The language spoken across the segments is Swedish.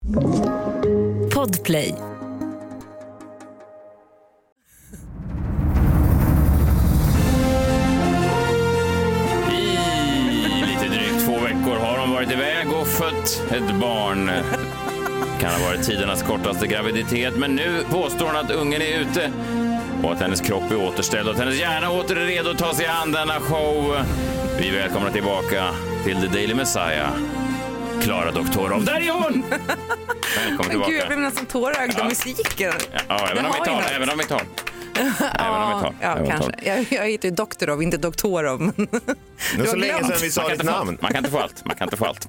Podplay. Varit iväg och fött ett barn. Kan ha varit tidernas kortaste graviditet, men nu påstår hon att ungen är ute och att hennes kropp är återställd och att hennes hjärna åter är redo att ta sig an denna show. Vi välkomnar tillbaka till The Daily Messiah, Klara Doktorov. Där är hon! Välkommen tillbaka. Gud, jag blev nästan tårögd av musiken. Ja, även om vi tar. Ja, kanske. Jag heter ju Doktorov, inte Doktorov. Nu så länge sedan vi sa ditt namn. Man kan inte få allt.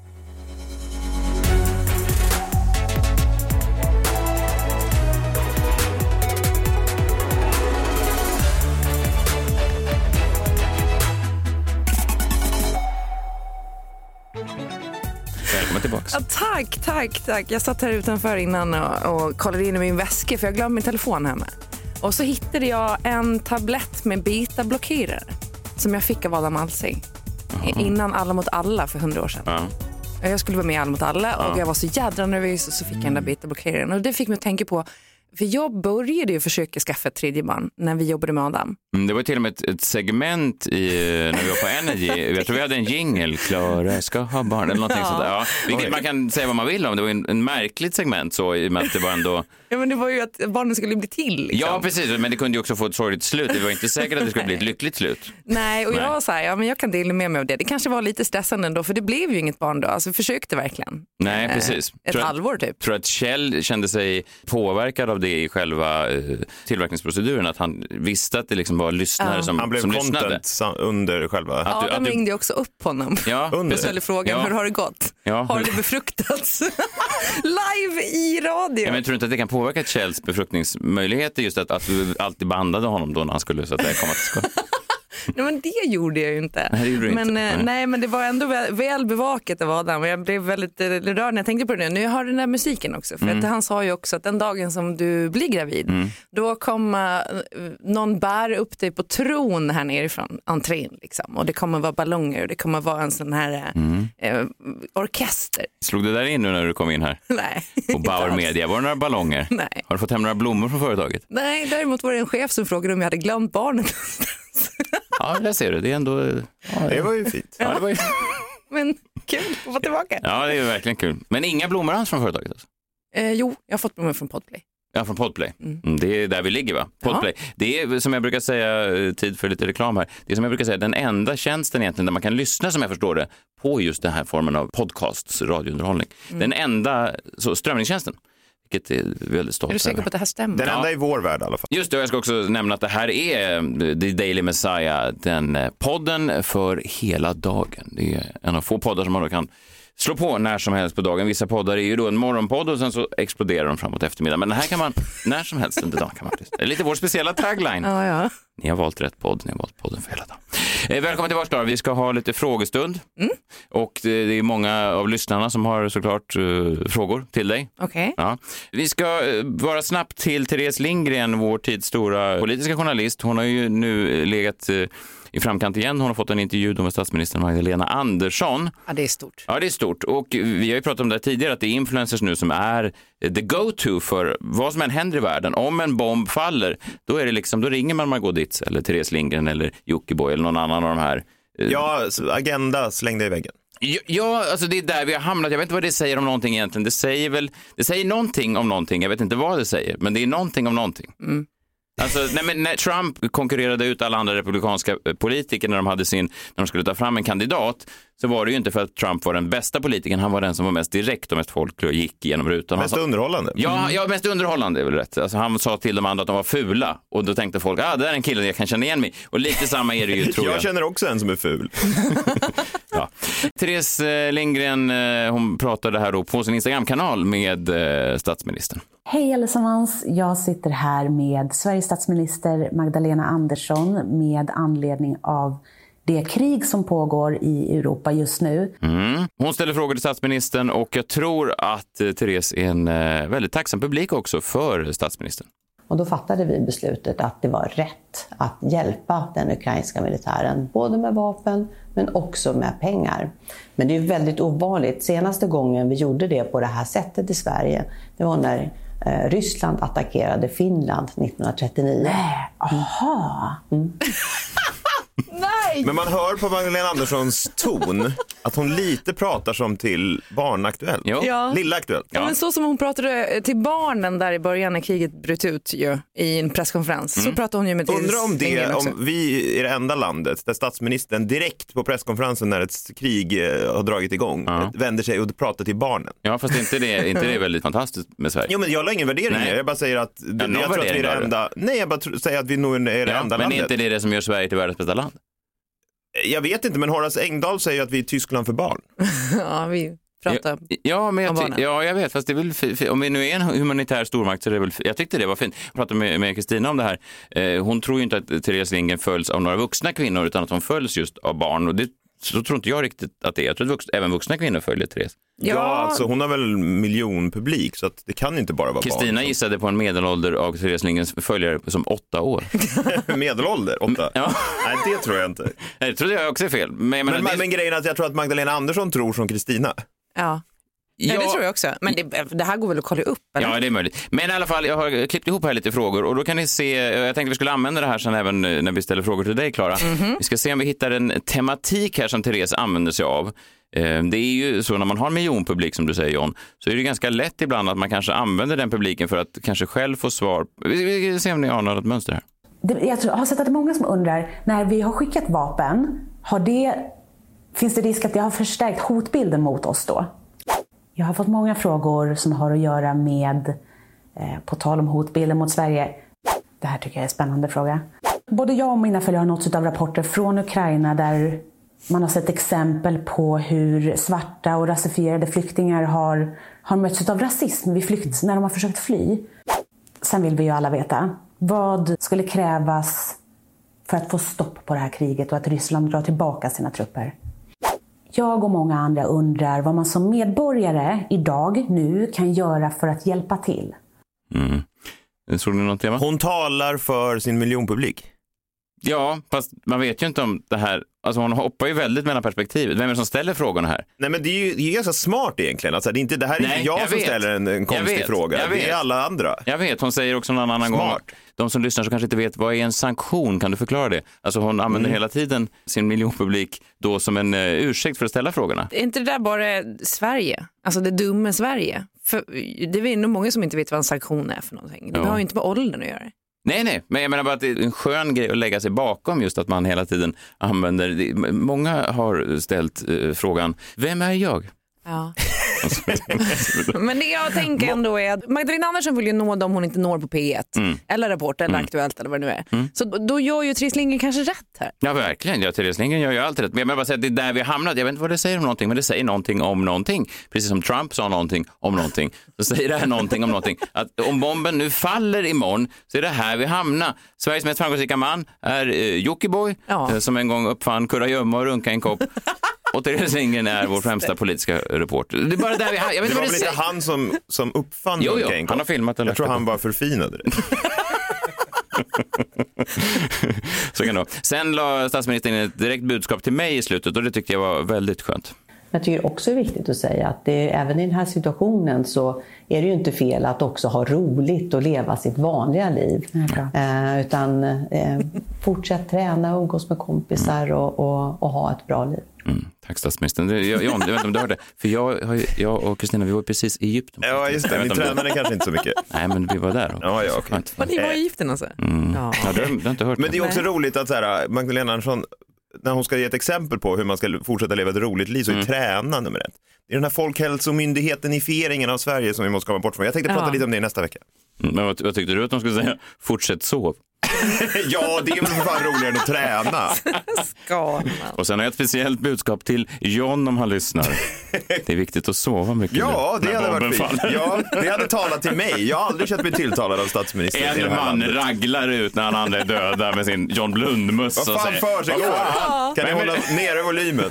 Välkommen tillbaka. Ja, tack. Jag satt här utanför innan och kollade in i min väska för jag glömde min telefon hemma. Och så hittade jag en tablett med beta-blockerare som jag fick av Adam Alsing innan Alla mot alla för 100 år sedan. Jag skulle vara med i Alla mot alla och jag var så jädra nervös och så fick jag den där beta-blockeraren. Och det fick mig att tänka på, för jag började ju försöka skaffa ett tredje barn när vi jobbade med Adam. Det var till och med ett segment när vi var på Energy. Jag tror vi hade en jingle, Klara ska ha barn eller någonting sådär. Ja, vilket man kan säga vad man vill om. Det var en märkligt segment så i och med att det var ändå... Ja, men det var ju att barnen skulle bli till. Liksom. Ja, precis. Men det kunde ju också få ett sorgligt slut. Det var inte säkert att det skulle bli ett lyckligt slut. Nej, och jag var så här, ja, men jag kan dela med mig av det. Det kanske var lite stressande ändå, för det blev ju inget barn då. Alltså, försökte verkligen. Nej, precis. Ett halvår typ. Tror att Kjell kände sig påverkad av det i själva tillverkningsproceduren. Att han visste att det liksom var lyssnare som han blev som content lyssnade. Under själva... Ja, de ringde också upp honom. Ja, och ställde frågan, hur har det gått? Ja, har det befruktats? Live i radio. Ja, men tror inte att det kan påverka Kjells befruktningsmöjligheter just att du alltid bandade honom då när han skulle så att det komma till skott? Nej, men det gjorde jag ju inte. Nej, det gjorde du inte. Nej, men det var ändå väl bevakat av Adam och jag blev väldigt rörd när jag tänkte på det. Nu har den där musiken också, för att han sa ju också att den dagen som du blir gravid, då kommer någon bära upp dig på tron här nerifrån entrén liksom. Och det kommer vara ballonger och det kommer vara en sån här orkester. Slog det där in nu när du kom in här? Nej. På Bauer Media, var det några ballonger? Nej. Har du fått hem några blommor från företaget? Nej, däremot var det en chef som frågade om jag hade glömt barnet. Ja, där ser du. Det är ändå... Ja, det var ju fint. Ja, det var ju... Men kul att vara tillbaka. Ja, det är verkligen kul. Men inga blommor alls från företaget alltså? Jo, jag har fått blommor från Podplay. Ja, från Podplay. Det är där vi ligger, va? Podplay. Ja. Det är, som jag brukar säga, tid för lite reklam här. Det är som jag brukar säga, den enda tjänsten egentligen där man kan lyssna, som jag förstår det, på just den här formen av podcasts, radiounderhållning. Den enda strömningstjänsten. Vilket är väldigt stolt. Är du säker på att det här stämmer? Den enda i vår värld i alla fall. Just det, jag ska också nämna att det här är The Daily Messiah, den podden för hela dagen. Det är en av få poddar som man då kan slå på när som helst på dagen. Vissa poddar är ju då en morgonpodd och sen så exploderar de framåt eftermiddag. Men den här kan man när som helst under dagen. Kan man. Det är lite vår speciella tagline. Ja. Ni har valt rätt podd, ni har valt podden för hela dagen. Välkommen tillbaka då. Vi ska ha lite frågestund. Och det är många av lyssnarna som har såklart frågor till dig. Okej. Ja. Vi ska vara snabbt till Therese Lindgren, vår tids stora politiska journalist. Hon har ju nu legat i framkant igen. Hon har fått en intervju med statsministern Magdalena Andersson. Ja, det är stort. Ja, det är stort. Och vi har ju pratat om det tidigare, att det är influencers nu som är the go-to för vad som än händer i världen. Om en bomb faller, då är det liksom, då ringer man Margot Ditz eller Therese Lindgren eller Jockiboi eller någon annan av de här. Ja, Agenda slängde i väggen. Ja, alltså det är där vi har hamnat. Jag vet inte vad det säger om någonting egentligen. Det säger någonting om någonting. Jag vet inte vad det säger, men det är någonting om någonting. Alltså, när Trump konkurrerade ut alla andra republikanska politiker när de skulle ta fram en kandidat, så var det ju inte för att Trump var den bästa politikern. Han var den som var mest direkt och mest folklig och gick genom rutan. Mest underhållande. Ja, mest underhållande är väl rätt. Alltså, han sa till de andra att de var fula och då tänkte folk, det är en kille jag kan känna igen mig. Och lite samma är det ju, tror jag. Jag känner också en som är ful. Ja. Therese Lindgren, hon pratade här då på sin Instagram-kanal med statsministern. Hej allesammans, jag sitter här med Sveriges statsminister Magdalena Andersson med anledning av det krig som pågår i Europa just nu. Hon ställer frågor till statsministern och jag tror att Therese är en väldigt tacksam publik också för statsministern. Och då fattade vi beslutet att det var rätt att hjälpa den ukrainska militären. Både med vapen men också med pengar. Men det är väldigt ovanligt. Senaste gången vi gjorde det på det här sättet i Sverige, det var när Ryssland attackerade Finland 1939. Nej, aha. Nej! Men man hör på Magdalena Anderssons ton att hon lite pratar som till Barnaktuellt. Ja. Lilla Aktuellt. Ja, men så som hon pratade till barnen där i början när kriget bröt ut ju, i en presskonferens. Så pratade hon ju med Undrar om vi är det enda landet där statsministern direkt på presskonferensen när ett krig har dragit igång vänder sig och pratar till barnen. Ja, fast inte det är väldigt fantastiskt med Sverige. Jo, men jag la ingen värdering. Jag bara säger att jag tror att vi är det enda. Nej, jag bara säger att vi nog är det enda men landet. Men är inte det som gör Sverige till världens bästa land? Jag vet inte, men Horace Engdahl säger att vi är Tyskland för barn. Ja, vi pratar jag vet, fast det är väl om vi nu är en humanitär stormakt så är det väl, jag tyckte det var fint. Jag pratade med Kristina om det här. Hon tror ju inte att Therese Lindgren följs av några vuxna kvinnor utan att hon följs just av barn, och det så tror inte jag riktigt att det är. Jag tror att även vuxna kvinnor följer Therese. Ja, alltså hon har väl miljonpublik så att det kan inte bara vara Kristina barn. Gissade på en medelålder av Therese Lindgrens följare som 8 år. Medelålder? 8? Ja. Nej, det tror jag inte. Det tror jag också är fel. Men grejen är att jag tror att Magdalena Andersson tror som Kristina. Ja. Ja, det tror jag också. Men det här går väl att kolla upp, eller? Ja, det är möjligt. Men i alla fall, jag har klippt ihop här lite frågor och då kan ni se, jag tänkte vi skulle använda det här sen även när vi ställer frågor till dig, Klara. Vi ska se om vi hittar en tematik här som Therese använder sig av. Det är ju så när man har miljonpublik som du säger, John, så är det ganska lätt ibland att man kanske använder den publiken för att kanske själv få svar. Vi ser om ni anar något mönster här. Jag har sett att det är många som undrar, när vi har skickat vapen, finns det risk att det har förstärkt hotbilden mot oss då? Jag har fått många frågor som har att göra med, på tal om hotbilden mot Sverige. Det här tycker jag är en spännande fråga. Både jag och mina följare har nåtts av rapporter från Ukraina där man har sett exempel på hur svarta och rasifierade flyktingar har mötts av rasism när de har försökt fly. Sen vill vi ju alla veta, vad skulle krävas för att få stopp på det här kriget och att Ryssland drar tillbaka sina trupper? Jag och många andra undrar vad man som medborgare idag nu kan göra för att hjälpa till. Såg ni något tema? Hon talar för sin miljonpublik. Ja, fast man vet ju inte om det här. Alltså hon hoppar ju väldigt mellan perspektivet. Vem är det som ställer frågorna här? Nej, men det är ju ganska smart egentligen. Alltså, det här är inte jag som ställer en konstig fråga. Det är alla andra. Jag vet, hon säger också någon annan gång. De som lyssnar så kanske inte vet, vad är en sanktion? Kan du förklara det? Alltså hon använder hela tiden sin miljonpublik då som en ursäkt för att ställa frågorna. Är inte det där bara Sverige? Alltså det dumma Sverige? För det är nog många som inte vet vad en sanktion är för någonting. Det har ju inte med åldern att göra. Nej, men jag menar bara att det är en skön grej att lägga sig bakom just att man hela tiden använder det. Många har ställt frågan, vem är jag? Ja. Men det jag tänker ändå är att Magdalena Andersson vill ju nå dem hon inte når på P1 eller Rapport eller Aktuellt eller vad det nu är. Så då gör ju Therese Lindgren kanske rätt här. Ja, verkligen. Ja, Therese Lindgren gör ju alltid rätt. Men jag menar bara säga att det är där vi har hamnat. Jag vet inte vad det säger om någonting, men det säger någonting om någonting. Precis som Trump sa någonting om någonting. Så säger det här någonting om någonting. Att om bomben nu faller imorgon så är det här vi hamnar. Sveriges mest framgångsrika man är Jockiboi, som en gång uppfann kurragömma och runka en kopp. Och Therese Lindgren är vår främsta politiska reporter. Det är bara där jag vet det var väl inte han som uppfann runka en kopp? Han har filmat jag tror han bara förfinade det. Så kan det vara. Sen la statsministern in ett direkt budskap till mig i slutet och det tyckte jag var väldigt skönt. Jag tycker också är viktigt att säga att även i den här situationen så är det ju inte fel att också ha roligt och leva sitt vanliga liv. Utan fortsätt träna och umgås med kompisar och ha ett bra liv. Tack statsministern. John, jag vet inte om du hörde. För jag och Kristina, vi var precis i Egypten. Ja, just det. Vi tränade kanske inte så mycket. Nej, men vi var där. Ja, okay. Vad ni var i Egypten alltså? Ja, du har inte hört. Men det är också roligt att så här, Magdalena Andersson, när hon ska ge ett exempel på hur man ska fortsätta leva ett roligt liv så är träna nummer 1. Det är den här folkhälsomyndigheten-ifieringen av Sverige som vi måste komma bort från. Jag tänkte prata lite om det nästa vecka. Men vad tyckte du att de skulle säga? Fortsätt sov. Ja, det är väl fan roligare än att träna. Och sen har jag ett speciellt budskap till John om han lyssnar. Det är viktigt att sova mycket. Ja, det hade varit fint. Ja, det hade talat till mig. Jag har aldrig känt mig tilltalad av statsministern. En man raglar ut när han andra är döda med sin John Blund-mössa. Vad fan för sig går? Kan ni hålla nere volymen?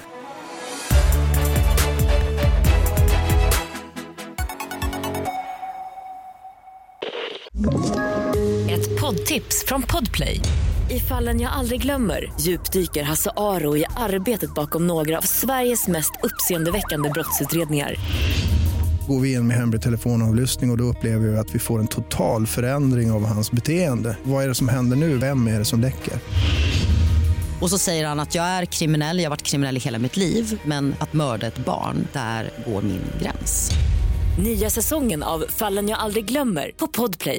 Ett poddtips från Podplay. I Fallen jag aldrig glömmer djupdyker Hasse Aro i arbetet bakom några av Sveriges mest uppseendeväckande brottsutredningar. Går vi in med hemlig telefonavlyssning och då upplever vi att vi får en total förändring av hans beteende. Vad är det som händer nu? Vem är det som läcker? Och så säger han att jag är kriminell, jag har varit kriminell i hela mitt liv. Men att mörda ett barn, där går min gräns. Nya säsongen av Fallen jag aldrig glömmer på Podplay.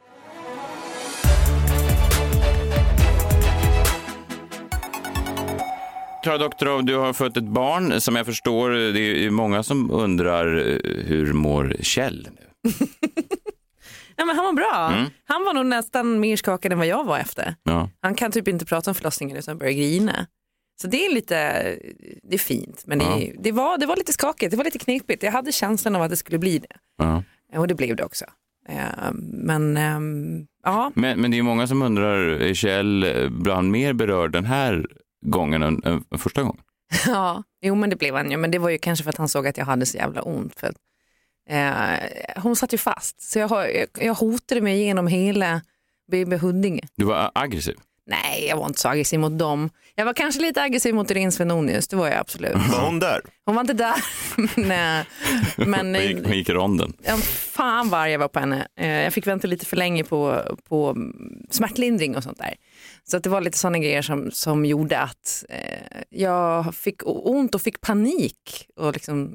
Klara Doktorov, du har fött ett barn. Som jag förstår, det är många som undrar hur mår Kjell nu? Ja, men han var bra. Han var nog nästan mer skakad än vad jag var efter. Ja. Han kan typ inte prata om förlossningen utan börjar grina. Så det är det är fint. Men det var lite skakigt, det var lite knepigt. Jag hade känslan av att det skulle bli det. Ja. Och det blev det också. Men det är många som undrar, är Kjell bland mer berörd den här gången än första gången? Ja, men det blev han ju. Men det var ju kanske för att han såg att jag hade så jävla ont. För att, hon satt ju fast. Så jag hotade mig genom hela BB Huddinge. Du var aggressiv? Nej, jag var inte så aggressiv mot dem. Jag var kanske lite aggressiv mot Irene Svenonius, det var jag absolut. Var hon där? Hon var inte där. Nej. Men hon gick ronden. Fan vad jag var på henne. Jag fick vänta lite för länge på smärtlindring och sånt där. Så att det var lite sådana grejer som gjorde att jag fick ont och fick panik. Och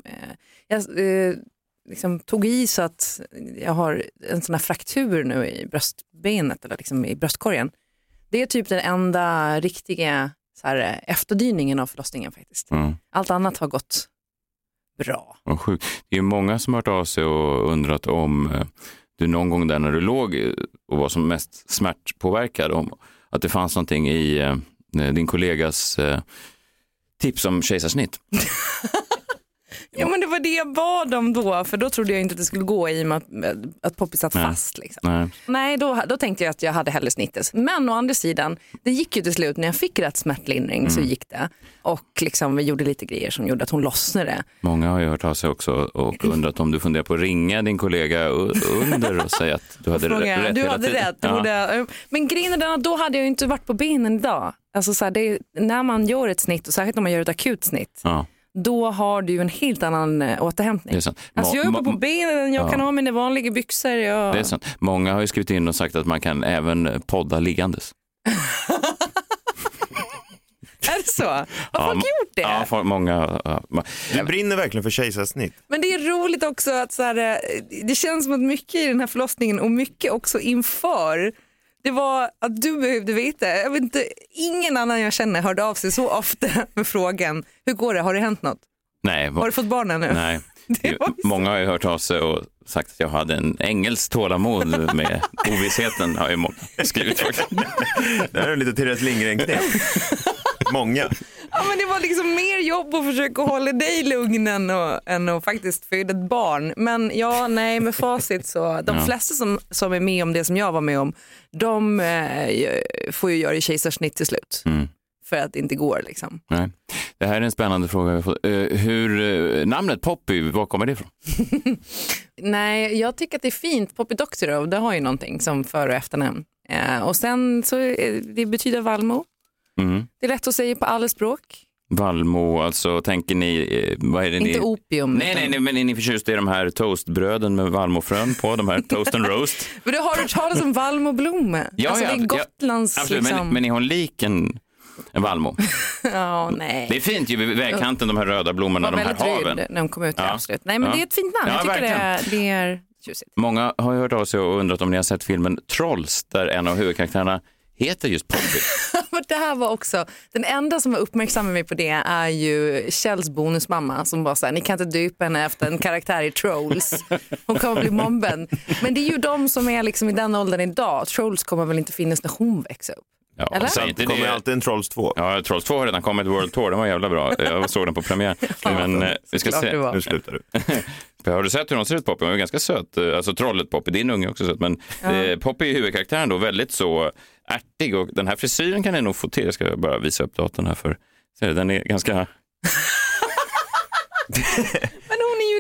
jag tog i så att jag har en sån här fraktur nu i bröstbenet eller liksom i bröstkorgen. Det är typ den enda riktiga så här, efterdyningen av förlossningen faktiskt. Allt annat har gått bra. Vad sjukt. Det är många som har hört av sig och undrat om du någon gång där när du låg och var som mest smärtpåverkad, om att det fanns någonting i din kollegas tips om kejsarsnitt. Ja, men det var det jag bad om då, för då trodde jag inte att det skulle gå i och med att Poppy satt fast. Liksom. Nej, då tänkte jag att jag hade hellre snittet. Men å andra sidan, det gick ju till slut när jag fick rätt smärtlindring så gick det. Och liksom, vi gjorde lite grejer som gjorde att hon lossnade. Många har ju hört av sig också och undrat om du funderar på att ringa din kollega under och säga att du hade rätt. Du hade rätt. Ja. Men grejen är den att då hade jag ju inte varit på benen idag. Alltså, så här, när man gör ett snitt, och särskilt om man gör ett akut snitt, då har du ju en helt annan återhämtning. Alltså jag är uppe på benen, jag kan ha mina vanliga byxor. Det är sant. Många har ju skrivit in och sagt att man kan även podda liggandes. Är det så? Har folk gjort det? Ja, många. Du brinner verkligen för kejsarsnitt. Men det är roligt också att så här, det känns som att mycket i den här förlossningen och mycket också inför, det var att du behövde veta. Jag vet inte, ingen annan jag känner hörde av sig så ofta med frågan: hur går det? Har det hänt något? Nej. Har du fått barnen nu? Nej. Många har ju hört av sig och sagt att jag hade en ängels tålamod med ovissheten, har ju skrivit. Det här är lite Therese Lindgren-knep. Många. Ja, men det var liksom mer jobb att försöka hålla dig lugn än att faktiskt föda ett barn. Men med facit så, de flesta som är med om det som jag var med om, de får ju göra kejsarsnitt till slut. För att det inte går liksom. Nej. Det här är en spännande fråga. Hur namnet Poppy, var kommer det ifrån? Nej, jag tycker att det är fint. Poppy Doktorov, det har ju någonting som för- och efternamn. Och sen så det betyder Valmo. Det är lätt att säga på alla språk. Valmo, alltså tänker ni, vad är det? Inte opium. Nej, men är ni förtjust i de här toastbröden med valmofrön på, de här toast and roast? Men du har hört talas om valmoblomma? Ja, alltså, det är Gotlands absolut, liksom. Men är hon lik en valmo? Nej. Det är fint ju vid vägkanten, de här röda blommorna, de här haven. När de kom ut, absolut. Nej, men det är ett fint namn. Jag tycker det är tjusigt. Många har ju hört av sig och undrat om ni har sett filmen Trolls, där en av huvudkaraktärerna heter just Poppy. Det här var också, den enda som var uppmärksammad mig på det är ju Kjells bonusmamma som bara såhär, ni kan inte döpa henne efter en karaktär i Trolls. Hon kommer bli mobben. Men det är ju de som är liksom i den åldern idag. Trolls kommer väl inte finnas när hon växer upp. Ja, eller? Sen kommer alltid en Trolls 2. Ja, Trolls 2 har redan kommit, World Tour, den var jävla bra. Jag såg den på premiär. Men vi ska se. Nu slutar du. Har du sett hur hon ser ut, Poppy? Hon är ganska söt. Alltså trollet Poppy, din unge är också söt. Men Poppy är huvudkaraktären då, väldigt så ärtig. Och den här frisyren kan jag nog få till. Jag ska bara visa upp datorn här för den är ganska... Men hon är ju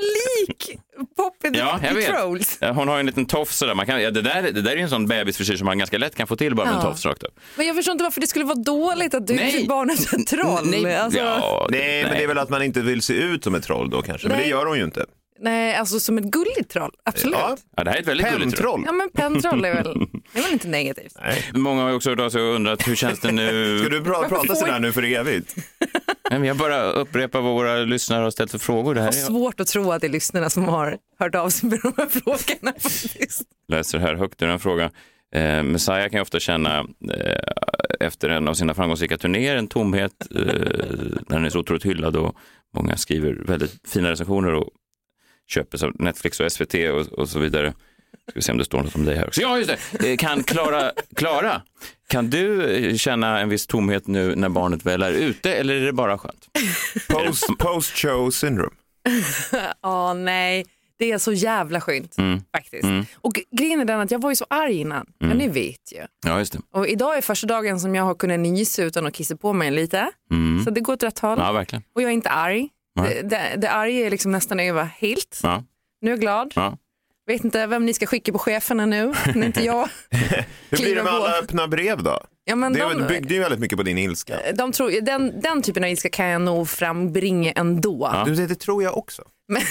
lik Poppy the Trolls. Hon har en liten tofs där. Det där är en sån bebisfrisyr som man ganska lätt kan få till bara med en tofs rakt upp. Men jag förstår inte varför det skulle vara dåligt att du är barnet ett troll. Nej, men det är väl att man inte vill se ut som ett troll då kanske. Men det gör hon ju inte. Nej, alltså som ett gulligt troll, absolut. Ja, det här är ett väldigt gulligt troll. Ja, men pentroll är väl inte negativt. Nej. Många har också hört och undrat hur känns det nu? Ska du prata sådär nu för evigt? Nej, men jag bara upprepar vad våra lyssnare har ställt för frågor. Det här är svårt att tro att det är lyssnarna som har hört av sig med de här frågorna faktiskt. Läser här högt ur en fråga. Messiah kan ju ofta känna efter en av sina framgångsrika turnéer en tomhet när den är så otroligt hyllad och många skriver väldigt fina recensioner och köper av Netflix och SVT och så vidare. Ska vi se om det står något om dig här också. Ja, just det. Kan Klara, kan du känna en viss tomhet nu när barnet väl är ute eller är det bara skönt? Post-show syndrome. Nej. Det är så jävla skönt faktiskt. Och grejen är den att jag var ju så arg innan. Men ni vet ju. Ja, just det. Och idag är första dagen som jag har kunnat nysa utan att kissa på mig lite. Så det går åt rätt håll. Ja, verkligen. Och jag är inte arg. Det arga är liksom nästan över helt. Ja. Nu är jag glad. Ja. Vet inte vem ni ska skicka på cheferna nu. Men inte jag. Hur blir det med alla öppna brev då? Ja, men det byggde ju väldigt mycket på din ilska. Den typen av ilska kan jag nog frambringa ändå. Ja. Det tror jag också.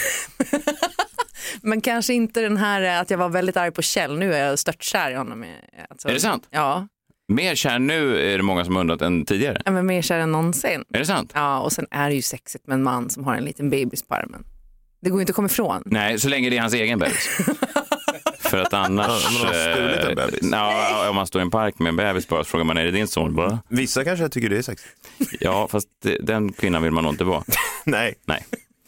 Men kanske inte den här att jag var väldigt arg på Kjell. Nu är jag störtkär i honom. Alltså, är det sant? Ja. Mer kär nu är det många som undrat än tidigare. Ja, men mer kär än någonsin. Är det sant? Ja, och sen är det ju sexigt med en man som har en liten bebis på armen. Det går ju inte att komma ifrån. Nej, så länge det är hans egen bebis. För att annars... om man står i en park med en bebis bara så frågar man, är det din son bara? Vissa kanske tycker det är sexigt. Ja, fast den kvinnan vill man nog inte vara. Nej. Nej,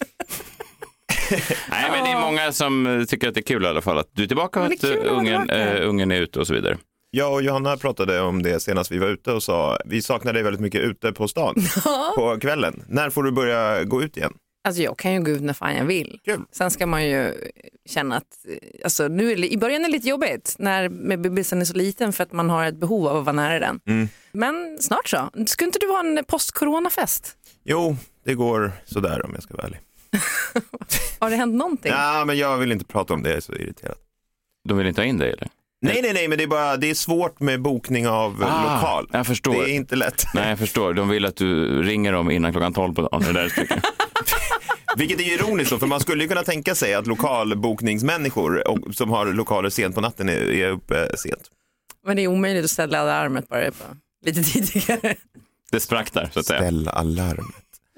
men det är många som tycker att det är kul i alla fall att du är tillbaka och att ungen är ute och så vidare. Jag och Johanna pratade om det senast vi var ute och sa vi saknar dig väldigt mycket ute på stan på kvällen. När får du börja gå ut igen? Alltså jag kan ju gå ut när fan jag vill. Kul. Sen ska man ju känna att alltså, nu är i början är det lite jobbigt när bebisen är så liten för att man har ett behov av att vara nära den. Men snart så. Skulle inte du ha en post-corona-fest? Jo, det går sådär om jag ska vara ärlig. Har det hänt någonting? Ja, men jag vill inte prata om det, jag är så irriterad. De vill inte ha in dig eller? Nej, men det är svårt med bokning av lokal. Jag förstår. Det är inte lätt. Nej, jag förstår. De vill att du ringer dem innan klockan 12 på dagen. Det där Vilket är ironiskt då, för man skulle ju kunna tänka sig att lokalbokningsmänniskor som har lokaler sent på natten är uppe sent. Men det är omöjligt att ställa alarmet bara lite tidigare. Det sprack där, så att säga. Ställa alarmet.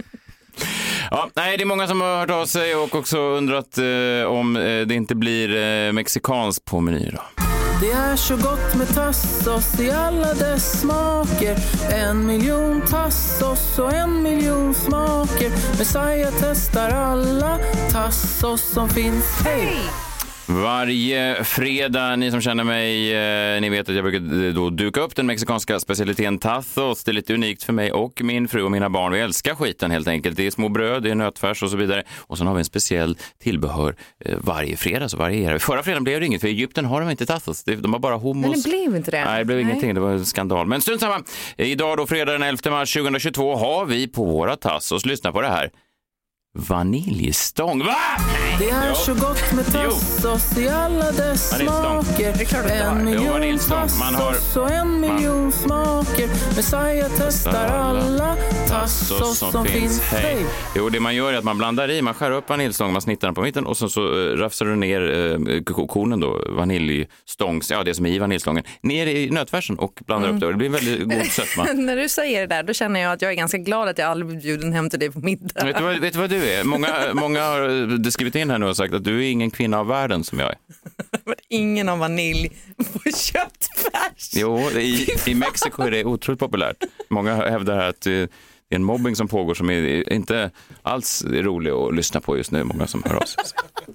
Ja, nej, det är många som har hört av sig och också undrat om det inte blir mexikanskt på menyn då. Det är så gott med tassos i alla dess smaker. 1 miljon tassos och 1 miljon smaker. Messiah testar alla tassos som finns. Hej! Varje fredag, ni som känner mig, ni vet att jag brukar då duka upp den mexikanska specialiteten tacos. Det är lite unikt för mig och min fru och mina barn. Vi älskar skiten helt enkelt. Det är små bröd, det är nötfärs och så vidare. Och sen har vi en speciell tillbehör varje fredag, så varierar. Förra fredagen blev det inget, för i Egypten har de inte tacos. De har bara hummus. Men det blev inte det. Nej, det blev ingenting, det var en skandal. Men strunt samma. Idag då, fredag den 11 mars 2022, har vi på våra tacos, lyssna på det här, vaniljstång. Va? Det är så gott med tassos i alla dess smaker. 1 miljon tassos och 1 miljon smaker. Messiah testar alla tassos som finns. Hej. Jo, det man gör är att man blandar i, man skär upp vaniljstång, man snittar den på mitten och så rafsar du ner konen då, vaniljstångs, ja det som är i vaniljstången, ner i nötfärsen och blandar upp det och det blir väldigt god sötma. När du säger det där, då känner jag att jag är ganska glad att jag aldrig blivit bjuden hem till dig på middag. Vet du vad du är? Många har skrivit in här nu och sagt att du är ingen kvinna av världen som jag är. Men ingen av vanilj på köttfärs. Jo, i Mexiko är det otroligt populärt. Många hävdar här att det är en mobbing som pågår som är inte alls rolig att lyssna på just nu. Många som hör av sig.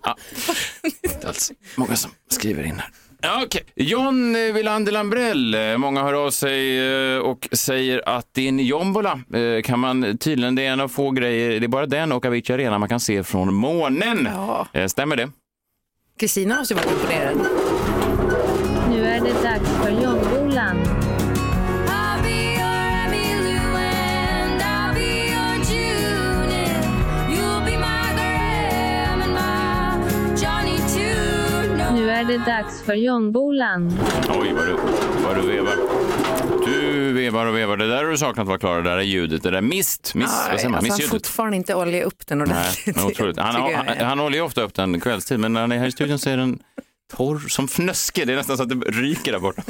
Inte alls. Många som skriver in här. Ja, okej. John Wilander Lambrell, många hör av sig och säger att din jombola kan man tydligen, det är en av få grejer, det är bara den och Avicii Arena man kan se från månen. Ja. Stämmer det? Kristina måste ju vara imponerad. Nu är det dags för jombolan. Nu är det dags för Jonbolan. Oj, vad du vevar. Du vevar och vevar. Det där har du saknat vara klar. Det där är ljudet. Det där vad säger man? Han fortfarande inte olja upp den ordentligt. Nej, otroligt. Han oljar ofta upp den kvällstid, men när han är här i studion så är den torr som fnöske. Det är nästan så att det ryker där borta.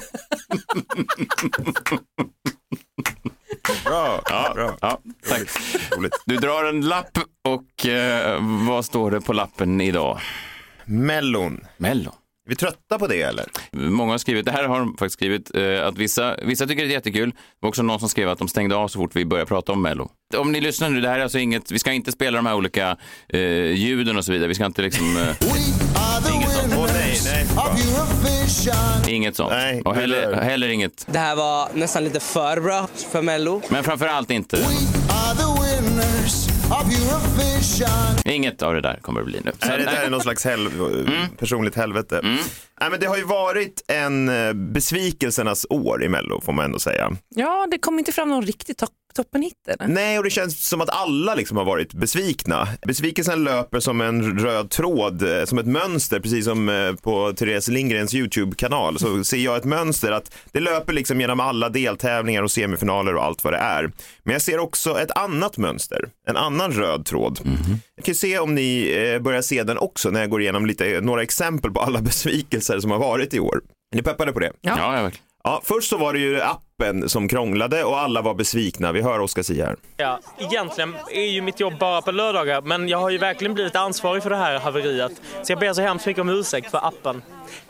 Bra. Ja, tack. Du drar en lapp och vad står det på lappen idag? Mellon. Är vi trötta på det eller? Många har skrivit, det här har de faktiskt skrivit, att vissa tycker det är jättekul. Det var också någon som skrev att de stängde av så fort vi började prata om Mello. Om ni lyssnar nu, det här är alltså inget, vi ska inte spela de här olika ljuden och så vidare. Vi ska inte liksom... Inget sånt. Nej, och heller inget. Det här var nästan lite för bra för Mello. Men framförallt inte. Inget av det där kommer det bli nu. Nej, det där är någon slags personligt helvete. Nej, men det har ju varit en besvikelsernas år i Mello, får man ändå säga. Ja, det kom inte fram någon riktigt toppenhit. Nej, och det känns som att alla liksom har varit besvikna. Besvikelsen löper som en röd tråd, som ett mönster, precis som på Therese Lindgrens YouTube-kanal. Så ser jag ett mönster att det löper liksom genom alla deltävlingar och semifinaler och allt vad det är. Men jag ser också ett annat mönster, en annan röd tråd. Jag kan se om ni börjar se den också när jag går igenom några exempel på alla besvikelser som har varit i år. Är ni peppade på det? Ja, verkligen. Ja, först så var det ju appen som krånglade och alla var besvikna. Vi hör Oskar Sia här. Ja, egentligen är ju mitt jobb bara på lördagar, men jag har ju verkligen blivit ansvarig för det här haveriet. Så jag ber så hemskt mycket om ursäkt för appen.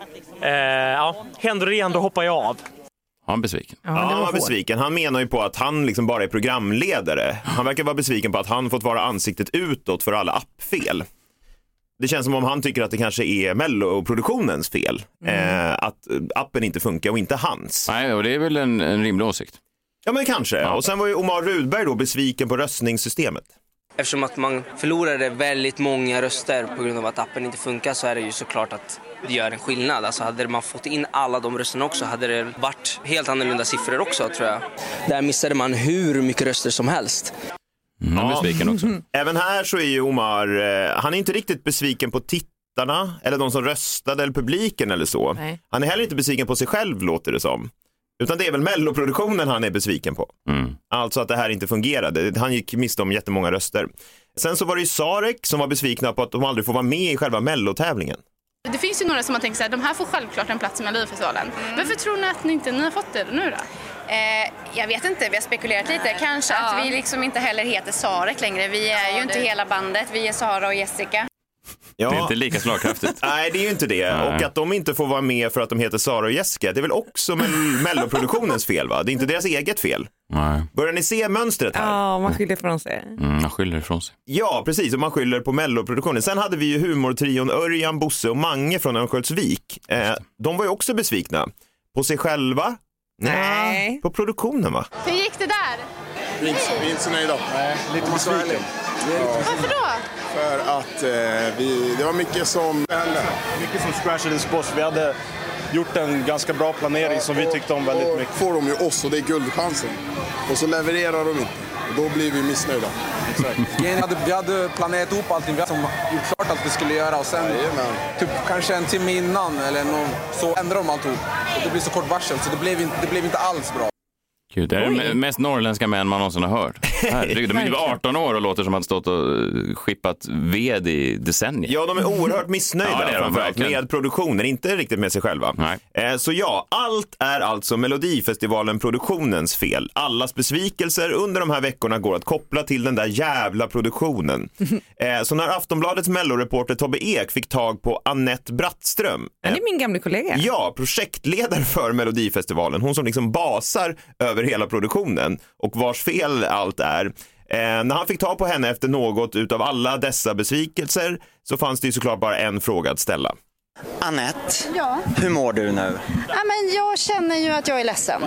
Händer det igen, då hoppar jag av. Han är besviken. Ja, han var besviken. Han menar ju på att han liksom bara är programledare. Han verkar vara besviken på att han fått vara ansiktet utåt för alla appfel. Det känns som om han tycker att det kanske är Mello-produktionens fel. Att appen inte funkar och inte hans. Nej, och det är väl en rimlig åsikt. Ja, men kanske. Ja. Och sen var ju Omar Rudberg då besviken på röstningssystemet. Eftersom att man förlorade väldigt många röster på grund av att appen inte funkar, så är det ju såklart att det gör en skillnad. Alltså hade man fått in alla de rösterna också, hade det varit helt annorlunda siffror också, tror jag. Där missade man hur mycket röster som helst. Besviken också. Även här så är ju Omar, han är inte riktigt besviken på tittarna eller de som röstade eller publiken eller så. Nej. Han är heller inte besviken på sig själv, låter det som. Utan det är väl Mello-produktionen han är besviken på. Alltså att det här inte fungerade. Han gick miste om jättemånga röster. Sen så var det ju Sarek som var besvikna på att de aldrig får vara med i själva Mello-tävlingen. Det finns ju några som har tänkt så här, de här får självklart en plats i Melodifestivalen. Varför tror ni att ni har fått det nu då? Jag vet inte, vi har spekulerat lite. Kanske att vi liksom inte heller heter Sarek längre. Vi är ju inte hela bandet, vi är Sara och Jessica. Ja. Det är inte lika slagkraftigt. Nej, det är ju inte det. Nej. Och att de inte får vara med för att de heter Sara och Jessica, det är väl också Mello-produktionens fel, va? Det är inte deras eget fel. Nej. Börjar ni se mönstret här? Ja, man skyller ifrån sig. Man skyller ifrån sig. Ja, precis. Och man skyller på Mello-produktionen. Sen hade vi ju humortrion Örjan, Bosse och Mange från Örnsköldsvik. De var ju också besvikna. På sig själva? Nej. På produktionen, va? Hur gick det där? Vi är inte så nöjda. Nej, lite besviken. Varför då? För att det var mycket som hände. Mycket som scratchades på oss. Vi hade gjort en ganska bra planering som vi tyckte om väldigt mycket. Får de ju oss och det är guldchansen. Och så levererar de inte. Och då blir vi missnöjda. Vi hade planerat ihop allting vi hade gjort klart att vi skulle göra. Och sen typ, kanske en timme innan eller så ändrade de alltihop. Och det blir så kort varsel så det blev inte alls bra. Gud, det är det mest norrländska män man någonsin har hört. Herregud, de är ju 18 år och låter som att stått och skippat ved i decennier. Ja, de är oerhört missnöjda framförallt med produktionen, inte riktigt med sig själva. Så ja, allt är alltså Melodifestivalen-produktionens fel. Allas besvikelser under de här veckorna går att koppla till den där jävla produktionen. Så när Aftonbladets Mello-reporter Tobbe Ek fick tag på Annette Brattström. Det är min gamla kollega. Ja, projektledare för Melodifestivalen. Hon som liksom basar över hela produktionen och vars fel allt är. När han fick ta på henne efter något utav alla dessa besvikelser så fanns det ju såklart bara en fråga att ställa. Annette, ja. Hur mår du nu? Ja, men jag känner ju att jag är ledsen.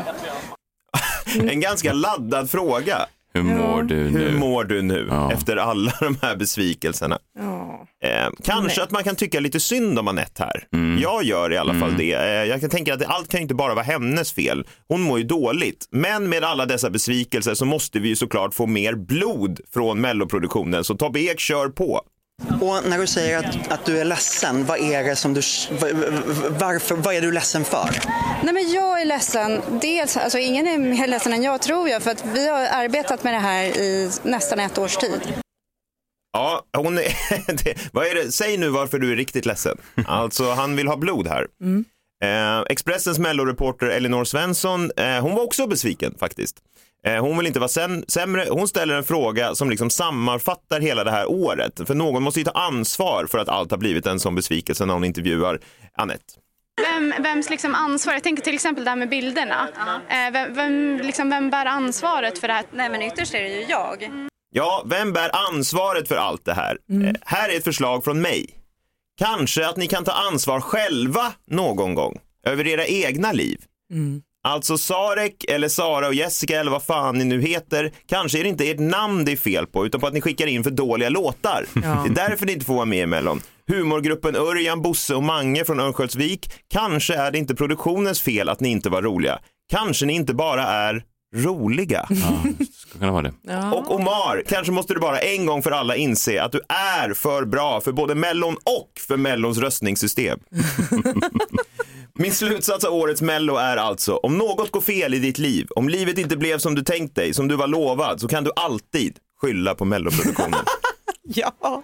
En ganska laddad fråga. Hur mår du nu efter alla de här besvikelserna? Kanske att man kan tycka lite synd om Annette här. Jag gör i alla fall det. Jag kan tänka att allt kan inte bara vara hennes fel. Hon mår ju dåligt. Men med alla dessa besvikelser så måste vi ju såklart få mer blod från Mello-produktionen. Så Tobbe Ek kör på. Och när du säger att du är ledsen, vad är det som vad är du ledsen för? Nej, men jag är ledsen. Dels, alltså ingen är mer ledsen än jag, tror jag, för att vi har arbetat med det här i nästan 1 års tid. Ja, hon är, vad är det? Säg nu varför du är riktigt ledsen. Alltså, han vill ha blod här. Expressens melloreporter Elinor Svensson, hon var också besviken faktiskt. Hon vill inte vara sämre. Hon ställer en fråga som liksom sammanfattar hela det här året. För någon måste ju ta ansvar för att allt har blivit en sån besvikelse när hon intervjuar Anette. Vems liksom ansvar? Jag tänker till exempel det här med bilderna. Vem bär ansvaret för det här? Nej, men ytterst är det ju jag. Ja, vem bär ansvaret för allt det här? Här är ett förslag från mig. Kanske att ni kan ta ansvar själva någon gång över era egna liv. Alltså Sarek eller Sara och Jessica eller vad fan ni nu heter, kanske är det inte ert namn det är fel på utan på att ni skickar in för dåliga låtar. Det är därför ni inte får vara med i Mellon. Humorgruppen Örjan, Bosse och Mange från Örnsköldsvik, kanske är det inte produktionens fel att ni inte var roliga. Kanske ni inte bara är roliga. Ska kunna vara det. Och Omar, kanske måste du bara en gång för alla inse att du är för bra för både Mellon och för Mellons röstningssystem. Min slutsats av årets Mello är alltså, om något går fel i ditt liv, om livet inte blev som du tänkt dig, som du var lovad, så kan du alltid skylla på Melloproduktionen. Ja.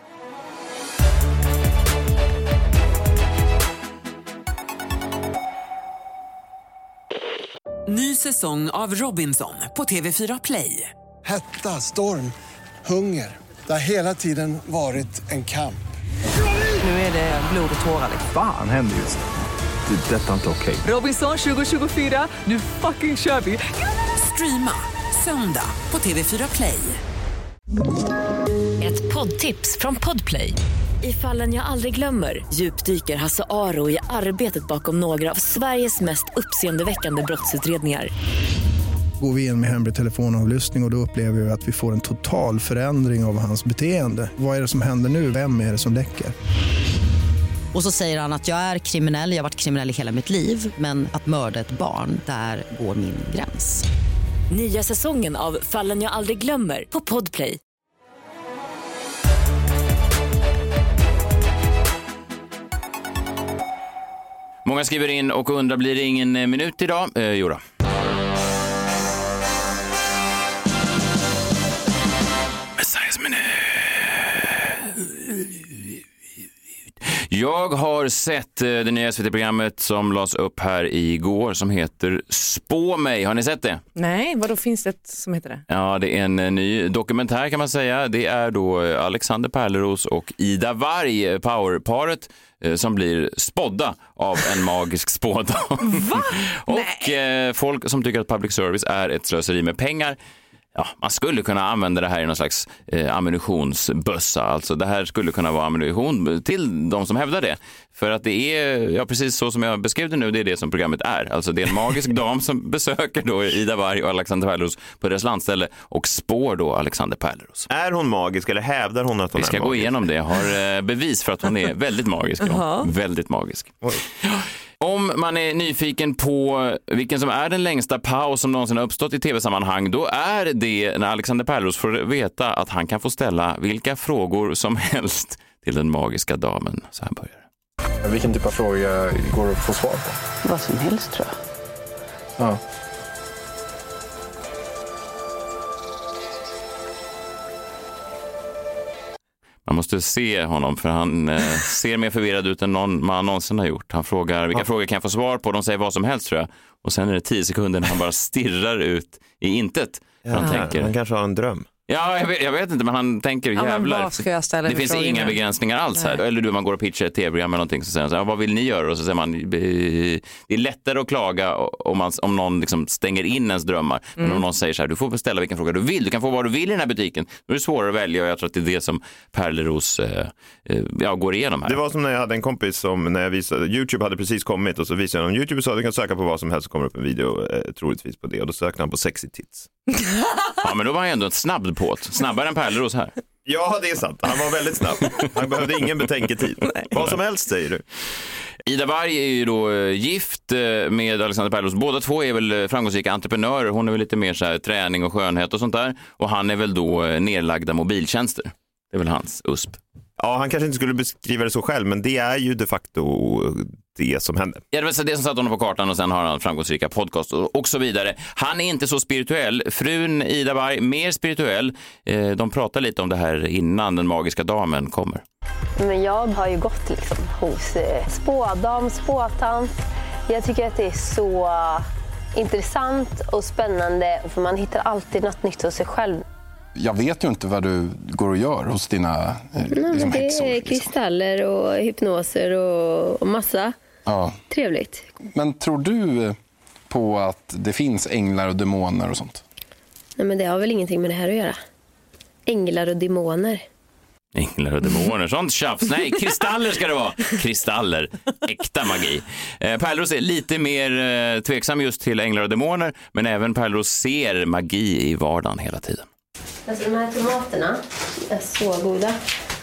Ny säsong av Robinson på TV4 Play. Hetta, storm, hunger. Det har hela tiden varit en kamp. Nu är det blod och tårar. Fan händer just det. Detta är inte okej. Robinson 2024, nu fucking kör vi. Streama söndag på TV4 Play. Ett poddtips från Podplay. I Fallen jag aldrig glömmer djupdyker Hasse Aro i arbetet bakom några av Sveriges mest uppseendeväckande brottsutredningar. Går vi in med hemlig telefonavlyssning och då upplever vi att vi får en total förändring av hans beteende. Vad är det som händer nu? Vem är det som läcker? Och så säger han att jag är kriminell, jag har varit kriminell i hela mitt liv. Men att mörda ett barn, där går min gräns. Nya säsongen av Fallen jag aldrig glömmer på Podplay. Många skriver in och undrar, blir det ingen minut idag? Jodå. Messiahs minut. Jag har sett det nya SVT-programmet som lades upp här igår som heter Spå mig. Har ni sett det? Nej, vadå, finns det som heter det? Ja, det är en ny dokumentär kan man säga. Det är då Alexander Pärleros och Ida Warg, powerparet, som blir spådda av en magisk spådam. Va? Och folk som tycker att public service är ett slöseri med pengar. Ja, man skulle kunna använda det här i någon slags ammunitionsbössa. Alltså det här skulle kunna vara ammunition till de som hävdar det. För att det är, precis så som jag beskrev det nu, det är det som programmet är. Alltså det är en magisk dam som besöker då Ida Warg och Alexander Pärleros på deras landställe och spår då Alexander Pärleros. Är hon magisk eller hävdar hon att hon är magisk? Vi ska gå igenom det. Jag har bevis för att hon är väldigt magisk. Ja. Väldigt magisk. Oj. Om man är nyfiken på vilken som är den längsta paus som någonsin har uppstått i tv-sammanhang, då är det när Alexander Pärleros får veta att han kan få ställa vilka frågor som helst till den magiska damen. Så här börjar det. Vilken typ av fråga går att få svar på? Vad som helst, tror jag. Ja. Man måste se honom för han ser mer förvirrad ut än någon man någonsin har gjort. Han frågar vilka frågor kan jag få svar på, de säger vad som helst tror jag. Och sen är det 10 sekunder när han bara stirrar ut i intet. Han kanske har en dröm. Ja, jag vet inte, men han tänker jävlar. Vad ska jag ställa det finns inga begränsningar alls här. Eller du, man går och pitchar ett tv-program eller någonting, så säger man så här, vad vill ni göra? Och så säger man, det är lättare att klaga om någon liksom stänger in ens drömmar. Men om någon säger så här, du får beställa vilken fråga du vill. Du kan få vad du vill i den här butiken. Då är det svårare att välja och jag tror att det är det som Pärleros går igenom här. Det var som när jag hade en kompis som, när jag visade, YouTube hade precis kommit och så visade han om YouTube, så du kan söka på vad som helst så kommer upp en video troligtvis på det. Och då sökte han på sexy tits. Ja, men då var han ändå ett snabbpåt. Snabbare än Pärleros här. Ja, det är sant. Han var väldigt snabb. Han behövde ingen betänketid. Vad som helst, säger du. Ida Warg är ju då gift med Alexander Pärleros. Båda två är väl framgångsrika entreprenörer. Hon är väl lite mer så här träning och skönhet och sånt där. Och han är väl då nedlagda mobiltjänster. Det är väl hans USP. Ja, han kanske inte skulle beskriva det så själv, men det är ju de facto det som hände. Ja, det var det som satt honom på kartan och sen har han framgångsrika podcast och så vidare. Han är inte så spirituell. Frun Ida Warg, mer spirituell. De pratar lite om det här innan den magiska damen kommer. Men jag har ju gått liksom hos spådam, spåtant. Jag tycker att det är så intressant och spännande för man hittar alltid något nytt hos sig själv. Jag vet ju inte vad du går och gör hos dina liksom det häxor. är kristaller och hypnoser och massa. Ja. Trevligt. Men tror du på att det finns änglar och demoner och sånt? Nej, men det har väl ingenting med det här att göra. Änglar och demoner. Änglar och demoner, sånt tjafs. Nej, kristaller ska det vara. Kristaller, äkta magi. Pärleros är lite mer tveksam just till änglar och demoner, men även Pärleros ser magi i vardagen hela tiden. Alltså de här tomaterna är så goda.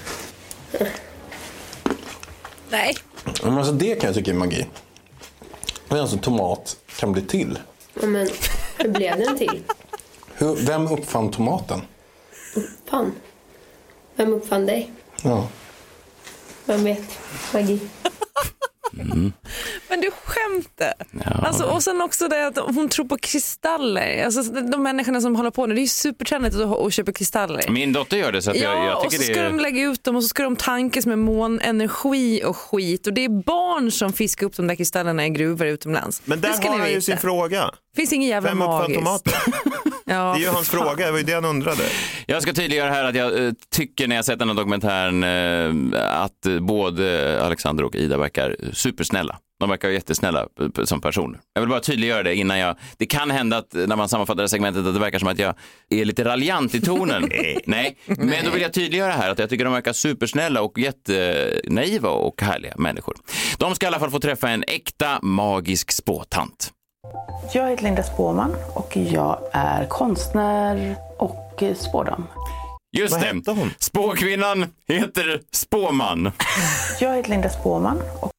Nej. Men alltså det kan jag tycka är magi. Men alltså tomat kan bli till. Ja, men hur blev den till? Vem uppfann tomaten? Uppfann? Vem uppfann dig? Ja. Vem vet? Magi. Mm. Men du skämtar. Ja. Alltså, och sen också det att hon tror på kristaller. Alltså, de människorna som håller på nu, det är ju supertrendigt att köpa kristaller. Min dotter gör det så att jag tycker och så ska de lägga ut dem och så ska de tankas med månenergi och skit. Och det är barn som fiskar upp de där kristallerna i gruvor utomlands. Men där har han ju sin fråga. Finns ingen jävla magiskt. Vem uppfann tomaten? Ja, det är ju hans fråga, det var ju det han undrade. Jag ska tydliggöra här att jag tycker när jag sett den här dokumentären att både Alexander och Ida verkar supersnälla. De verkar jättesnälla som personer. Jag vill bara tydliggöra det innan det kan hända att när man sammanfattar det segmentet att det verkar som att jag är lite raljant i tonen. Nej, men då vill jag tydliggöra här att jag tycker de verkar supersnälla och jättenaiva och härliga människor. De ska i alla fall få träffa en äkta magisk spåtant. Jag heter Linda Spåman och jag är konstnär och spådam. Just Vad det, hette hon? Spåkvinnan heter Spåman. Jag heter Linda Spåman och...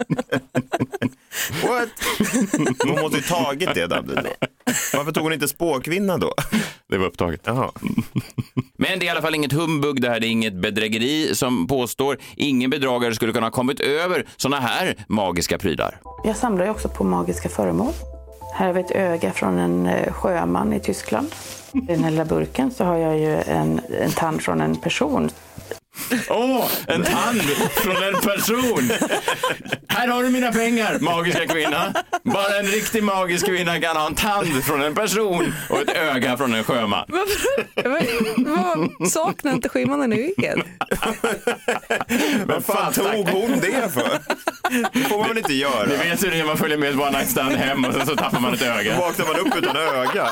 What? Hon måste ju tagit det där. Varför tog hon inte spåkvinna då? Det var upptaget. Jaha. Men det är i alla fall inget humbug, det här är inget bedrägeri som påstår. Ingen bedragare skulle kunna ha kommit över såna här magiska prylar. Jag samlar ju också på magiska föremål. Här har vi ett öga från en sjöman i Tyskland. I den här lilla burken så har jag ju en tand från en person. En tand från en person. Här har du mina pengar, magiska kvinna. Bara en riktig magisk kvinna kan ha en tand från en person och ett öga från en sjöman. Vad saknar inte sjömannen i yrket? Men fan tog hon det för? Det får man väl inte göra. Ni vet hur det är, man följer med ett one night stand hem och sen så tappar man ett öga. Då vaknar man upp utan öga.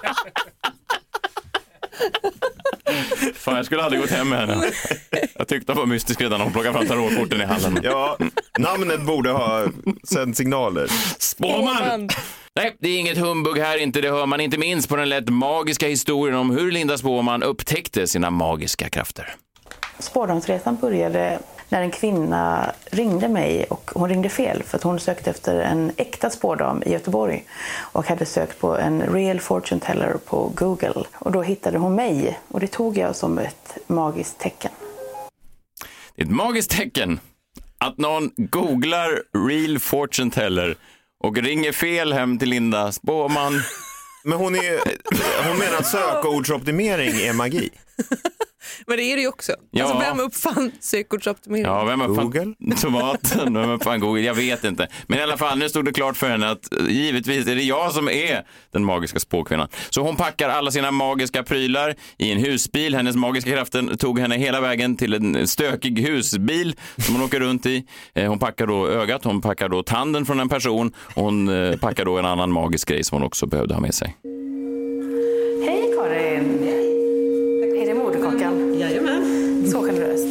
Fan, jag skulle aldrig gått hem med henne. Jag tyckte det var mystiskt redan när hon plockade fram tarotkorten i hallen. Ja, namnet borde ha sänt signaler. Spåman! Nej, det är inget humbug här inte. Det hör man inte minst på den lätt magiska historien om hur Linda Spåman upptäckte sina magiska krafter. Spårdomsresan började när en kvinna ringde mig och hon ringde fel för att hon sökte efter en äkta spårdam i Göteborg och hade sökt på en real fortune teller på Google. Och då hittade hon mig och det tog jag som ett magiskt tecken. Det är ett magiskt tecken att någon googlar real fortune teller och ringer fel hem till Linda Spåman. Men hon menar att sökordsoptimering är magi. Men det är det ju också. Ja. Alltså, vem uppfann sökordsoptimering? Ja, vem uppfann Google? Tomaten? Vem uppfann Google? Jag vet inte. Men i alla fall, nu stod det klart för henne att givetvis är det jag som är den magiska spåkvinnan. Så hon packar alla sina magiska prylar i en husbil. Hennes magiska kraften tog henne hela vägen till en stökig husbil som hon åker runt i. Hon packar då ögat, hon packar då tanden från en person och hon packar då en annan magisk grej som hon också behövde ha med sig. Hej Karin! Är det moderkakan? Jajamän. Så generöst.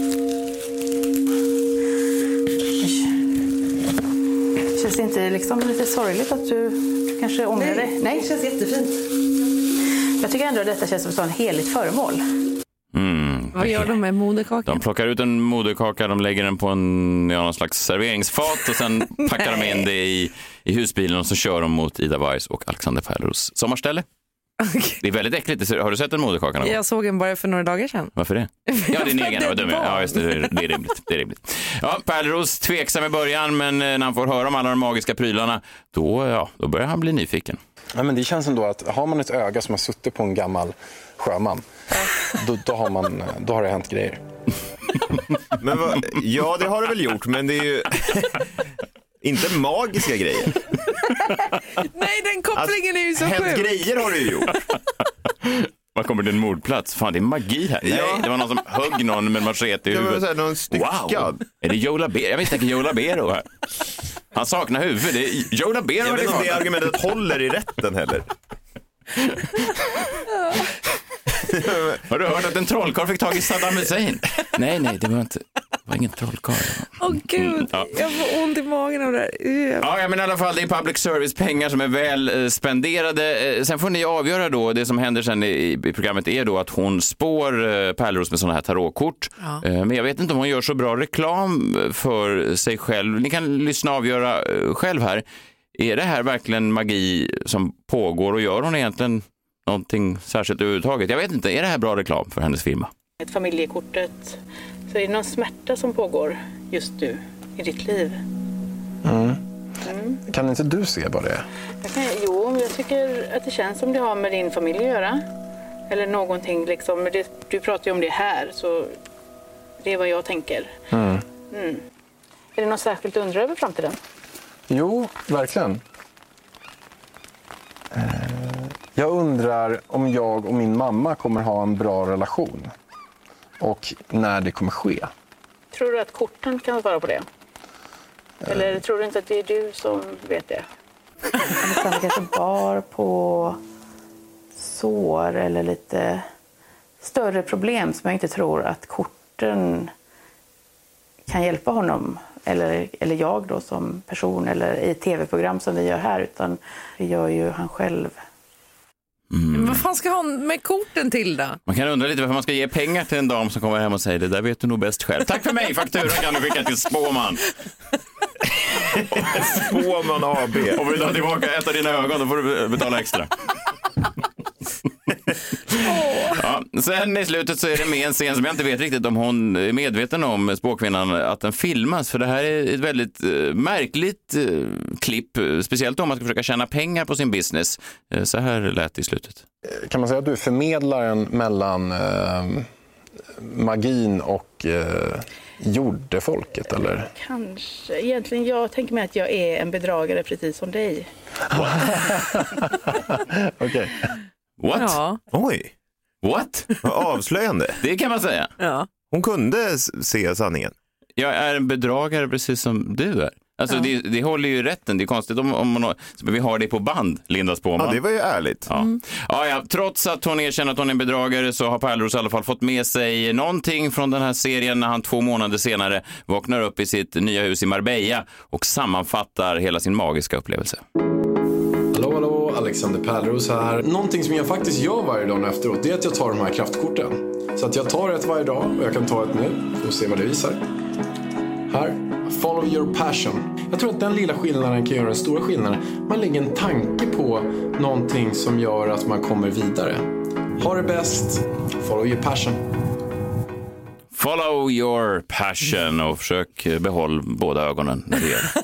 Känns det inte liksom lite sorgligt att du kanske ångrar dig? Nej, det känns jättefint. Jag tycker ändå att detta känns som ett heligt föremål. Vad gör de med moderkakan? De plockar ut en moderkaka, de lägger den på någon slags serveringsfat och sen packar de in det i husbilen och så kör de mot Ida Wargs och Alexander Pärleros sommarställe. Det är väldigt äckligt. Har du sett en moderkaka någon gång? Jag såg en bara för några dagar sedan. Varför det? Ja, det är egen. Det var dum. Ja, just det är rimligt. Det är rimligt. Ja, Pärleros tveksam i början, men när han får höra om alla de magiska prylarna, då börjar han bli nyfiken. Ja, men det känns ändå att har man ett öga som har suttit på en gammal sjöman, då har det hänt grejer. Men ja, det har det väl gjort, men det är ju inte magiska grejer. Nej, den kopplingen är ju så sjuk. Grejer har du ju gjort. Vad kommer din mordplats? Fan, det är magi här. Nej, det var någon som högg någon med machete i huvudet. Det var någon styckad. Wow, är det Joe Labero? Jag misstänker Joe Labero här. Han saknar huvud. Det är Joe Labero. Jag vet inte om det argumentet håller i rätten heller. Har du hört att en trollkarl fick tag i Saddam Hussein? Nej, det var ingen trollkarl. Åh gud, jag får ont i magen av det här. Ja, men i alla fall, det är public service-pengar som är väl spenderade. Sen får ni avgöra då, det som händer sen i programmet är då att hon spår Pärleros med sådana här tarotkort. Ja. Men jag vet inte om hon gör så bra reklam för sig själv. Ni kan lyssna och avgöra själv här. Är det här verkligen magi som pågår och gör hon egentligen någonting särskilt överhuvudtaget? Jag vet inte, är det här bra reklam för hennes firma? Ett familjekortet, så är det någon smärta som pågår just nu i ditt liv? Kan inte du se vad det är? Jag tycker att det känns som det har med din familj att göra. Eller någonting liksom, du pratar ju om det här, så det är vad jag tänker. Är det något särskilt du undrar över framtiden? Jo, verkligen. Jag undrar om jag och min mamma kommer ha en bra relation. Och när det kommer ske. Tror du att korten kan svara på det? Eller tror du inte att det är du som vet det? Han kanske bar på sår eller lite större problem som jag inte tror att korten kan hjälpa honom. Eller jag då som person eller i tv-program som vi gör här, utan det gör ju han själv. Men vad fan ska han med korten till då? Man kan undra lite varför man ska ge pengar till en dam som kommer hem och säger det där vet du nog bäst själv. Tack för mig, fakturan kan du skicka till Spåman. Spåman AB. Och vill du ha tillbaka ett av dina ögon, då får du betala extra. Ja, sen i slutet så är det med en scen som jag inte vet riktigt om hon är medveten om, spåkvinnan, att den filmas. För det här är ett väldigt märkligt klipp, speciellt om man ska försöka tjäna pengar på sin business. Så här lät det i slutet. Kan man säga att du är förmedlaren mellan magin och jordefolket, eller? Kanske. Egentligen, jag tänker mig att jag är en bedragare precis som dig. Okej. What? Ja. Oj. What? Vad avslöjande. Det kan man säga. Ja. Hon kunde se sanningen. Jag är en bedragare precis som du är. Alltså det håller ju rätten. Det är konstigt om vi har det på band, Linda Spåman. Ja, det var ju ärligt. Ja. Ja, trots att hon erkänner att hon är en bedragare så har Pärleros i alla fall fått med sig någonting från den här serien när han 2 månader senare vaknar upp i sitt nya hus i Marbella och sammanfattar hela sin magiska upplevelse. Hallå, Alexander Pärleros här. Någonting som jag faktiskt gör varje dag efteråt, det är att jag tar de här kraftkorten. Så att jag tar ett varje dag och jag kan ta ett nu och se vad det visar. Här, follow your passion. Jag tror att den lilla skillnaden kan göra den stora skillnaden. Man lägger en tanke på någonting som gör att man kommer vidare. Ha det bäst, follow your passion. Follow your passion och försök behålla båda ögonen när det gör det.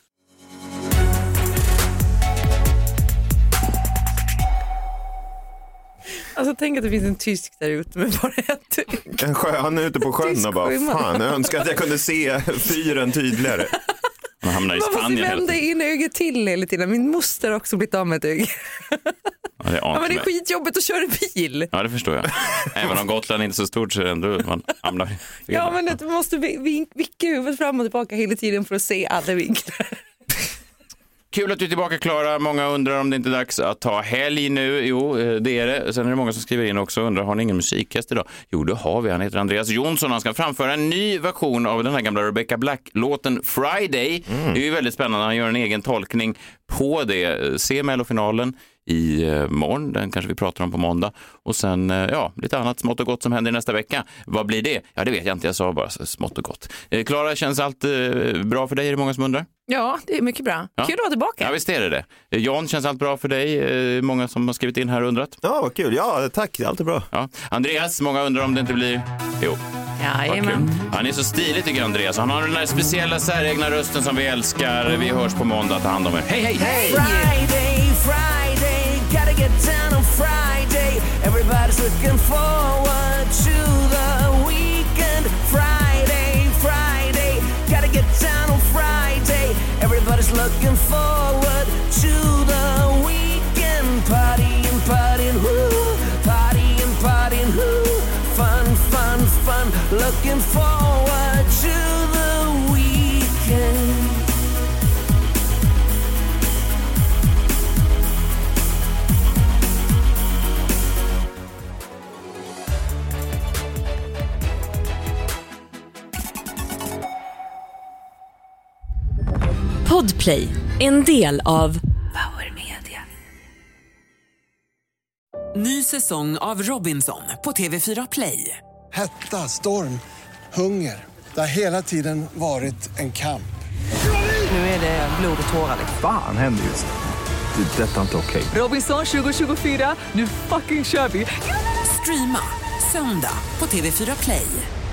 Alltså tänk att det finns en tysk där ute med bara ett. Han är ute på sjön och bara, fan, jag önskar att jag kunde se fyren tydligare. Man hamnar i Spanien. Man måste vända in ögat till hela tiden. Min moster har också blivit av med ett öga. Ja, det är, men det är skitjobbigt att köra bil. Ja, det förstår jag. Även om Gotland är inte så stort så är det ändå man hamnar fel. Ja, men du måste vicka huvudet fram och tillbaka hela tiden för att se alla vinklar. Kul att du är tillbaka, Klara. Många undrar om det inte är dags att ta helg nu. Jo, det är det. Sen är det många som skriver in också och undrar, har ni ingen musikhäst idag? Jo, det har vi. Han heter Andreas Jonsson. Han ska framföra en ny version av den här gamla Rebecca Black-låten Friday. Det är ju väldigt spännande. Han gör en egen tolkning på det. Se Mellofinalen i morgon. Den kanske vi pratar om på måndag. Och sen, lite annat smått och gott som händer nästa vecka. Vad blir det? Ja, det vet jag inte. Jag sa bara smått och gott. Klara, känns allt bra för dig? Är det många som undrar? Ja, det är mycket bra. Ja. Kul att vara tillbaka. Ja, visst är det. Jan, känns allt bra för dig? Många som har skrivit in här och undrat. Ja, vad kul. Ja, tack. Allt är bra. Ja. Andreas, många undrar om det inte blir... Jo. Jajamän. Han är så stilig tycker Andreas. Han har den där speciella säregna rösten som vi älskar. Vi hörs på måndag. Ta hand om er. Hej, hej! Hey. Friday, gotta get down on Friday. Everybody's looking forward to the weekend. Friday, gotta get down on Friday. Everybody's looking forward to the weekend. Partying, woo. Partying, woo. Fun, looking forward to the weekend. Podplay, en del av Power Media. Ny säsong av Robinson på TV4 Play. Hetta, storm, hunger. Det har hela tiden varit en kamp. Nu är det blod och tårar. Fan händer just det. Detta är inte okej. Robinson 2024, nu fucking kör vi. Streama söndag på TV4 Play.